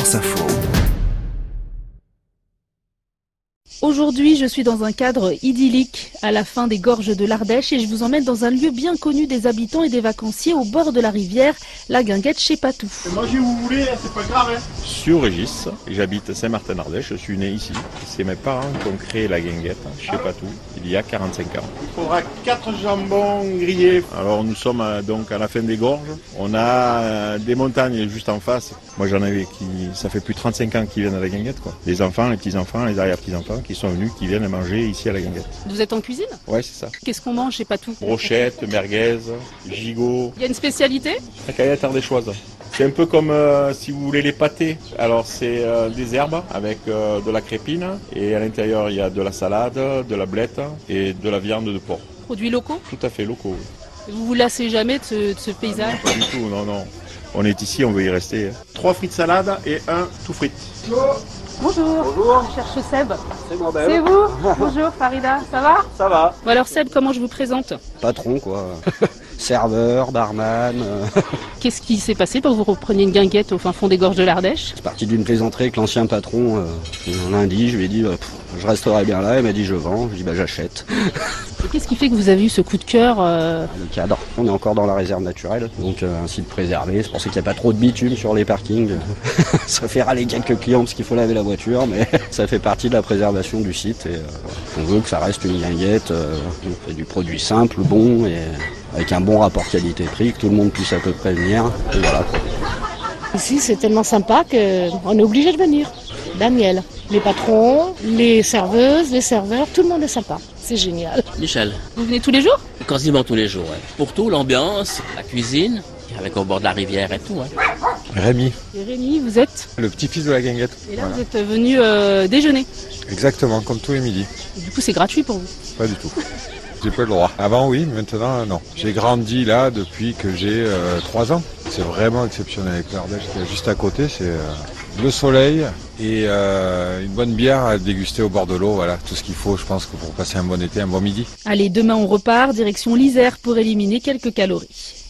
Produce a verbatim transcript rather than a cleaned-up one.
France Info. Aujourd'hui, je suis dans un cadre idyllique à la fin des gorges de l'Ardèche et je vous emmène dans un lieu bien connu des habitants et des vacanciers au bord de la rivière, la Guinguette chez Patou. Mangez où vous voulez, c'est pas grave. Hein. Je suis au Régis, j'habite Saint-Martin-Ardèche, je suis né ici. C'est mes parents qui ont créé la Guinguette chez Patou il y a quarante-cinq ans. Il faudra quatre jambons grillés. Alors nous sommes donc à la fin des gorges. On a des montagnes juste en face. Moi j'en avais qui, ça fait plus de trente-cinq ans qu'ils viennent à la Guinguette, quoi. Les enfants, les petits-enfants, les arrière-petits-enfants qui sont venus, qui viennent manger ici à la Guinguette. Vous êtes en cuisine? Ouais, c'est ça. Qu'est-ce qu'on mange chez Patou? Brochettes, merguez, gigot. Il y a une spécialité? La caillette ardéchoise. C'est un peu comme euh, si vous voulez les pâtés. Alors c'est euh, des herbes avec euh, de la crépine et à l'intérieur il y a de la salade, de la blette et de la viande de porc. Produits locaux? Tout à fait locaux. Vous vous lassez jamais de ce, de ce paysage? Ah non, pas du tout, non, non. On est ici, on veut y rester. Trois frites salade et un tout frites. Bonjour. Bonjour. Je cherche Seb. C'est moi-même. C'est vous? Bonjour Farida, ça va? Ça va. Bon alors Seb, comment je vous présente? Patron quoi. Serveur, barman. euh. Qu'est-ce qui s'est passé pour que vous repreniez une guinguette au fin fond des gorges de l'Ardèche? C'est parti d'une plaisanterie avec l'ancien patron. Euh, un lundi, je lui ai dit, euh, pff, je resterai bien là. Il m'a dit, je vends. Je lui ai dit, bah j'achète. Et qu'est-ce qui fait que vous avez eu ce coup de cœur euh... Le cadre. On est encore dans la réserve naturelle, donc euh, un site préservé. C'est pour ça qu'il n'y a pas trop de bitume sur les parkings. Ça fait râler quelques clients parce qu'il faut laver la voiture, mais ça fait partie de la préservation du site. Et euh, on veut que ça reste une guinguette. Euh, on fait du produit simple, bon et avec un bon rapport qualité-prix, que tout le monde puisse à peu près venir. Et voilà. Ici, c'est tellement sympa qu'on est obligé de venir. Daniel, les patrons, les serveuses, les serveurs, tout le monde est sympa. C'est génial. Michel. Vous venez tous les jours? Quasiment tous les jours, ouais. Pour tout, l'ambiance, la cuisine, avec au bord de la rivière et tout. Hein. Rémi, Et Rémi, vous êtes? le petit-fils de la Guinguette. Et là, Voilà. vous êtes venu euh, déjeuner. Exactement, comme tous les midis. Et du coup, c'est gratuit pour vous? Pas du tout. J'ai pas le droit. Avant oui, maintenant non. J'ai grandi là depuis que j'ai euh, trois ans. C'est vraiment exceptionnel avec l'Ardèche qui est juste à côté. C'est euh, le soleil et euh, une bonne bière à déguster au bord de l'eau. Voilà, tout ce qu'il faut, je pense, que pour passer un bon été, un bon midi. Allez, demain on repart, direction l'Isère pour éliminer quelques calories.